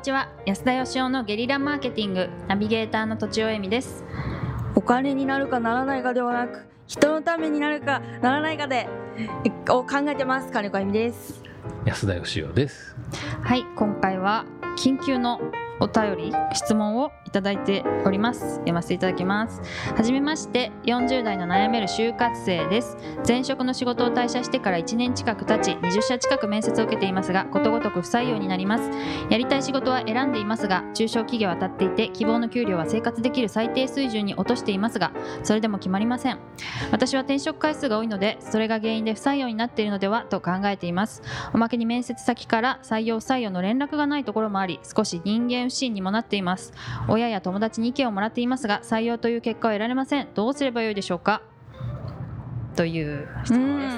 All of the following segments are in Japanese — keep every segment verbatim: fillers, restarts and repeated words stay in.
ちは。安田義雄のゲリラマーケティングナビゲーターのとちおえみです。 お金になるかならないかではなく、人のためになるかならないかでを考えてます。金子あゆみです。 安田義雄です。 はい、今回は緊急のお便り質問をいただいております。読ませていただきます。はじめまして、よんじゅう代の悩める就活生です。前職の仕事を退社してからいちねん近く経ち、にじゅっ社近く面接を受けていますが、ことごとく不採用になります。やりたい仕事は選んでいますが、中小企業は当たっていて、希望の給料は生活できる最低水準に落としていますが、それでも決まりません。私は転職回数が多いので、それが原因で不採用になっているのではと考えています。おまけに面接先から採用不採用の連絡がないところもあり、少し人間不信にもなっています。親や友達に意見をもらっていますが、採用という結果を得られません。どうすればよいでしょうか、という質問です。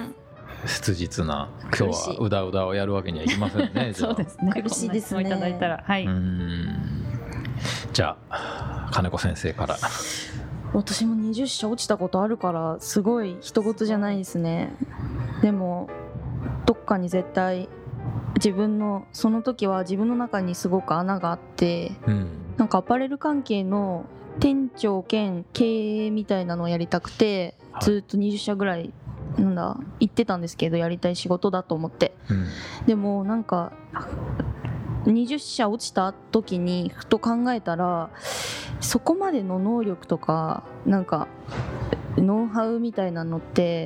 切実な、今日はうだうだをやるわけにはいきませんね。 そうですね、 苦しいですね。 いただいたら、はい、 うーんじゃあ金子先生から。 私もにじゅっ社落ちたことあるから、すごい人事じゃないですね。でもどっかに絶対自分のその時は自分の中にすごく穴があって、うん、なんかアパレル関係の店長兼経営みたいなのをやりたくて、はい、ずっとにじゅっ社ぐらいなんだ行ってたんですけど、やりたい仕事だと思って、うん、でもなんかにじゅっ社落ちた時にふと考えたら、そこまでの能力とかなんかノウハウみたいなのって、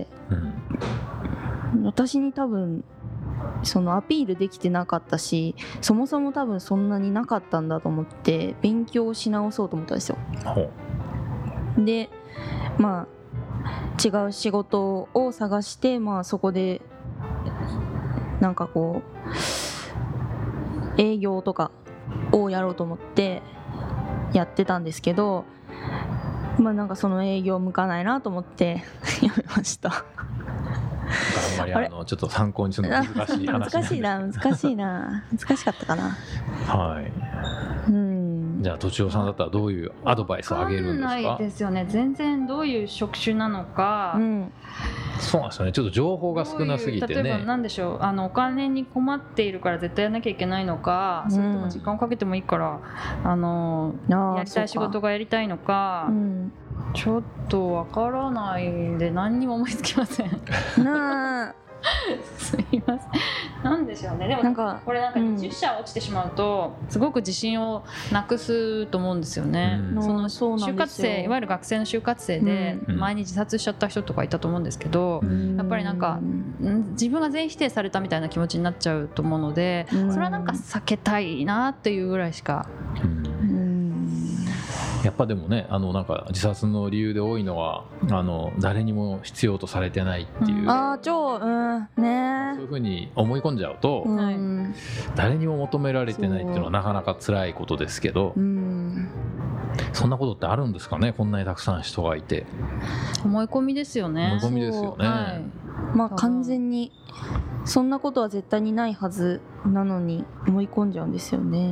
うん、私に多分そのアピールできてなかったし、そもそも多分そんなになかったんだと思って勉強し直そうと思ったんですよ。でまあ違う仕事を探して、まあそこでなんかこう営業とかをやろうと思ってやってたんですけど、まあなんかその営業向かないなと思ってやめました。 あんまりあのちょっと参考にするの難しい話なんです難しいな難しいな難しかったかな。 はい、うん、じゃあとちおさんだったらどういうアドバイスをあげるんですか？ 分かんないですよね、全然どういう職種なのか、うん、 そうなんですよね。ちょっと情報が少なすぎてね。 例えば何でしょう、あのお金に困っているから絶対やらなきゃいけないのか、うん、それとも時間をかけてもいいからあのやりたい仕事がやりたいのか、うん、ちょっとわからないんで何にも思いつきません。なあすいません、なんでしょうね。でもなんかこれなんかにじゅっ社落ちてしまうとすごく自信をなくすと思うんですよね、うん、その就活生、いわゆる学生の就活生で前に自殺しちゃった人とかいたと思うんですけど、うん、やっぱりなんか自分が全否定されたみたいな気持ちになっちゃうと思うので、それはなんか避けたいなっていうぐらいしか、うんやっぱでもね、あのなんか自殺の理由で多いのはあの誰にも必要とされてないっていう、うん、 あ超、うんね、 そういうふうに思い込んじゃうと、うん、誰にも求められてないっていうのはなかなか辛いことですけど、うん、そんなことってあるんですかね。こんなにたくさん人がいて。 思い込みですよね。 思い込みですよね、はい、 まあ完全にそんなことは絶対にないはずなのに思い込んじゃうんですよね、うん、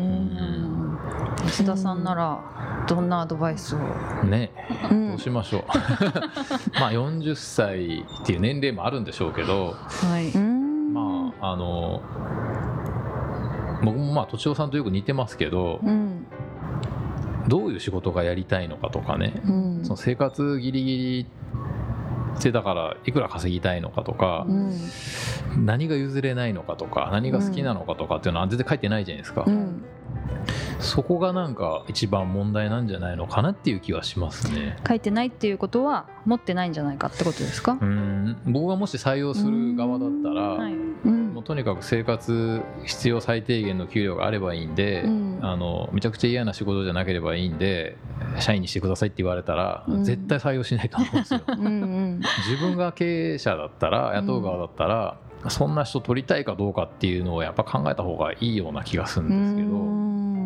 安田さんならどんなアドバイスをね、うん、どうしましょうまあよんじゅっさいっていう年齢もあるんでしょうけど、はい、まああの僕もまあとちおさんとよく似てますけど、うん、どういう仕事がやりたいのかとかね、うん、その生活ギリギリってだからいくら稼ぎたいのかとか、うん、何が譲れないのかとか何が好きなのかとかっていうのは全然書いてないじゃないですか、うん、そこがなんか一番問題なんじゃないのかなっていう気はしますね。 書いてないっていうことは持ってないんじゃないかってことですか？ うん、僕がもし採用する側だったら、はい、もうとにかく生活必要最低限の給料があればいいんで、うん、あのめちゃくちゃ嫌な仕事じゃなければいいんで社員にしてくださいって言われたら、うん、絶対採用しないと思うんですようん、うん、自分が経営者だったら雇う側だったら、うん、そんな人取りたいかどうかっていうのをやっぱ考えた方がいいような気がするんですけど、うん、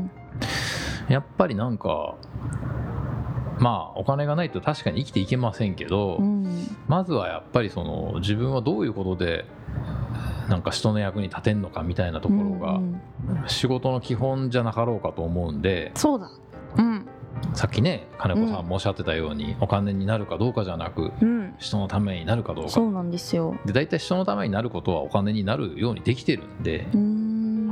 やっぱりなんかまあお金がないと確かに生きていけませんけど、うん、まずはやっぱりその自分はどういうことでなんか人の役に立てんのかみたいなところが仕事の基本じゃなかろうかと思うんで、 そうだ、うん、 さっきね金子さんもおっしゃってたように、うん、お金になるかどうかじゃなく、うん、人のためになるかどうか。 そうなんですよ。 で大体人のためになることはお金になるようにできてるんで、うーん、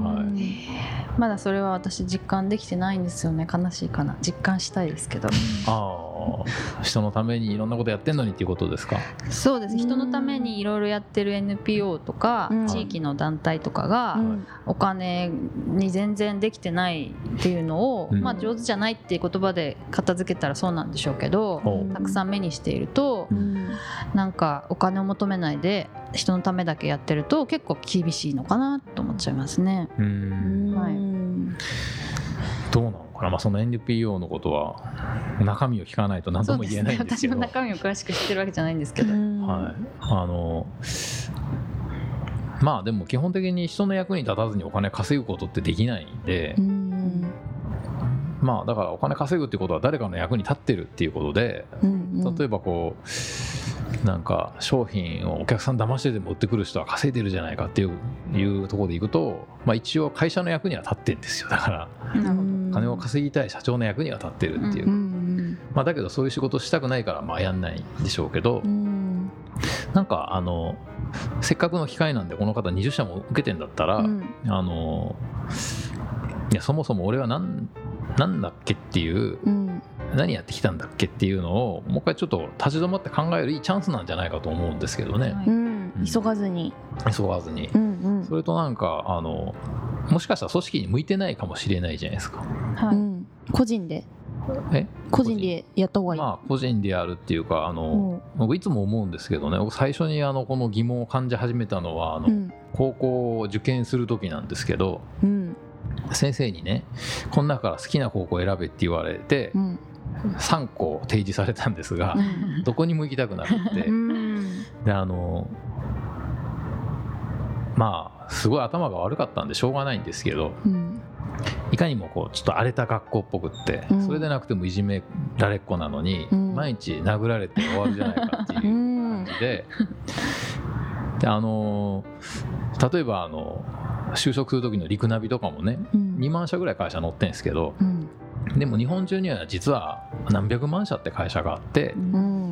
はい、 まだそれは私実感できてないんですよね。悲しいかな。実感したいですけど。 ああ、人のためにいろんなことやってんのにっていうことですか。 そうです。人のためにいろいろやってる エヌピーオー とか、うん、地域の団体とかがお金に全然できてないっていうのを、うん、まあ上手じゃないっていう言葉で片付けたらそうなんでしょうけど、うん、たくさん目にしていると、うん、なんかお金を求めないで人のためだけやってると結構厳しいのかなと思っちゃいますね。 うん、はい、どうなのかな、まあ、その エヌピーオー のことは中身を聞かないと何とも言えないんですけど、 そうですね、私も中身を詳しく知ってるわけじゃないんですけど、 はい、あのまあでも基本的に人の役に立たずにお金稼ぐことってできないんで、うんまあだからお金稼ぐってことは誰かの役に立ってるっていうことで、うんうん、例えばこうなんか商品をお客さん騙してでも売ってくる人は稼いでるじゃないかっていう、いうところでいくと、まあ、一応会社の役には立ってるんですよ。だから金を稼ぎたい社長の役には立ってるっていう、うんうんまあ、だけどそういう仕事したくないからまあやんないんでしょうけど、うん、なんかあのせっかくの機会なんでこの方にじゅっ社も受けてんだったら、うん、あのいやそもそも俺は何なんだっけっていう、うん、何やってきたんだっけっていうのをもう一回ちょっと立ち止まって考えるいいチャンスなんじゃないかと思うんですけどね、はいうんうん、急がずに急がずに、うんうん、それとなんかあのもしかしたら組織に向いてないかもしれないじゃないですか、 はいうん、個人でえ個人でやった方がいい。 まあ個人でやるっていうかあの、うん、僕いつも思うんですけどね、僕最初にあのこの疑問を感じ始めたのはあの、うん、高校を受験する時なんですけど、うん先生にねこの中から好きな高校を選べって言われて、うん、さんこ提示されたんですが、うん、どこにも行きたくなくて、うん、であのまあすごい頭が悪かったんでしょうがないんですけど、うん、いかにもこうちょっと荒れた学校っぽくって、うん、それでなくてもいじめられっ子なのに、うん、毎日殴られて終わるじゃないかっていう感じで、であの例えばあの就職する時のリクナビとかもね、うん、にまん社ぐらい会社載ってんですけど、うん、でも日本中には実は何百万社って会社があって、うん、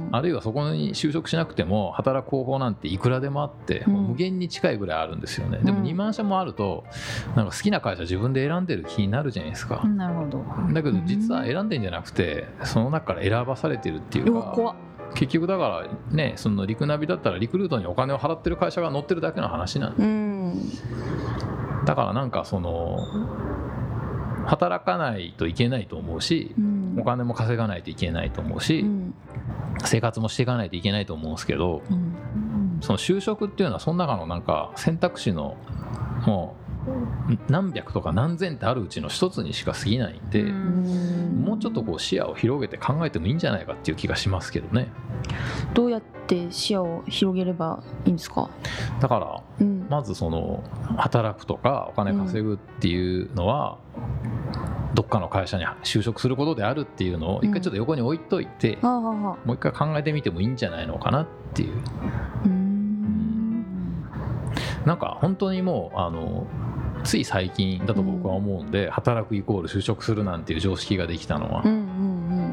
あるいはそこに就職しなくても働く方法なんていくらでもあって、うん、無限に近いぐらいあるんですよね、うん、でもにまん社もあるとなんか好きな会社自分で選んでる気になるじゃないですか、 うん、なるほど。 だけど実は選んでんじゃなくてその中から選ばされてるっていうか、怖っ。結局だからね、そのリクナビだったらリクルートにお金を払ってる会社が載ってるだけの話なんで、うん、だからなんかその働かないといけないと思うし、うん、お金も稼がないといけないと思うし、うん、生活もしていかないといけないと思うんですけど、うん、その就職っていうのはその中のなんか選択肢のもう何百とか何千ってあるうちの一つにしか過ぎないんで、うんもうちょっとこう視野を広げて考えてもいいんじゃないかっていう気がしますけどね。 どうやって視野を広げればいいんですか？ だから、うん、まずその働くとかお金稼ぐっていうのは、うん、どっかの会社に就職することであるっていうのを一回ちょっと横に置いといて、うん、もう一回考えてみてもいいんじゃないのかなっていう、うん、なんか本当にもうあのつい最近だと僕は思うんで、うん、働くイコール就職するなんていう常識ができたのは、うんうんうん、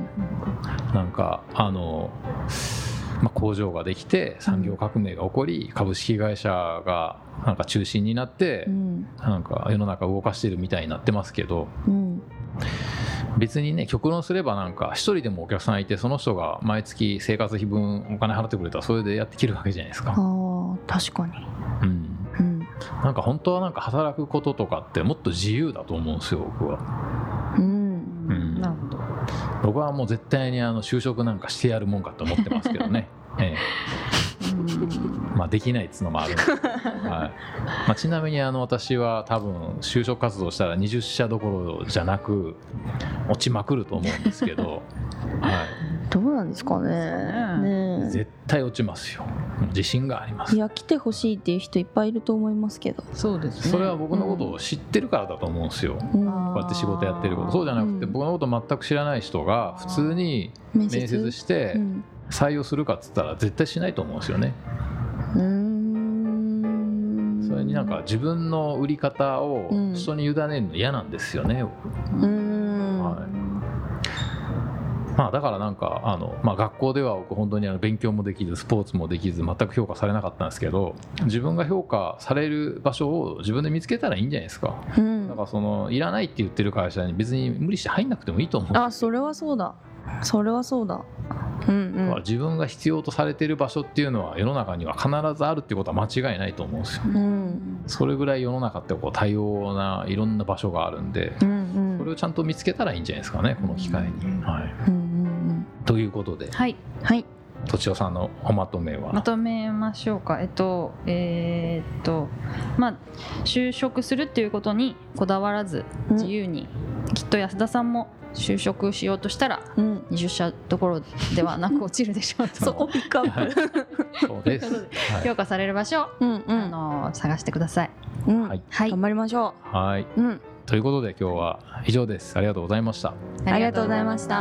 なんかあの、まあ、工場ができて産業革命が起こり、うん、株式会社がなんか中心になって、うん、なんか世の中を動かしてるみたいになってますけど、うん、別にね極論すればなんか一人でもお客さんいてその人が毎月生活費分お金払ってくれたらそれでやっていけるわけじゃないですか。 あ、確かに、 うんなんか本当はなんか働くこととかってもっと自由だと思うんですよ僕は、うんうん、なるほど。僕はもう絶対にあの就職なんかしてやるもんかと思ってますけどね、ええ、うんまあできないっつうのもあるんですけど、はいまあ、ちなみにあの私は多分就職活動したらにじゅっ社どころじゃなく落ちまくると思うんですけど、 はい、どうなんですか ね, ね絶対落ちますよ。自信があります。 いや来てほしいっていう人いっぱいいると思いますけど、 そうですね、 それは僕のことを知ってるからだと思うんですよ、うん、こうやって仕事やってること。そうじゃなくて、うん、僕のことを全く知らない人が普通に面接して採用するかっつったら絶対しないと思うんですよね。うーん、それになんか自分の売り方を人に委ねるの嫌なんですよね、うん、はい、 まあ、だからなんかあの、まあ、学校では僕本当にあの勉強もできずスポーツもできず全く評価されなかったんですけど、自分が評価される場所を自分で見つけたらいいんじゃないですか、うん、だからそのいらないって言ってる会社に別に無理して入んなくてもいいと思う。 あ、それはそうだそれはそうだ、うんうん、 だから自分が必要とされている場所っていうのは世の中には必ずあるっていうことは間違いないと思うんですよ、うん、それぐらい世の中ってこう多様ないろんな場所があるんで、うんうん、それをちゃんと見つけたらいいんじゃないですかね、この機会に、はい、うんうんうん、ということで、 はい、 はい、 とちおさんのおまとめは。 まとめましょうか。えっとえー、っとまあ就職するっていうことにこだわらず自由に、うん、きっと安田さんも就職しようとしたらにじゅっ社どころではなく落ちるでしょうとそこピックアップそうです、 評価される場所を、うんうん、あの探してください、 うんはい、頑張りましょう。はい、うん、ということで今日は以上です。ありがとうございました。 ありがとうございました。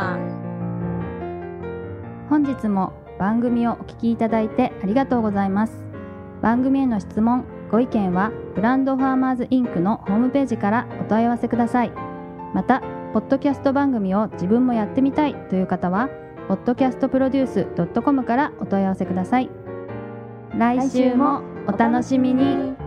本日も番組をお聞きいただいてありがとうございます。番組への質問ご意見はブランドファーマーズインクのホームページからお問い合わせください。またポッドキャスト番組を自分もやってみたいという方は ポッドキャストプロデュースドットコム からお問い合わせください。来週もお楽しみに。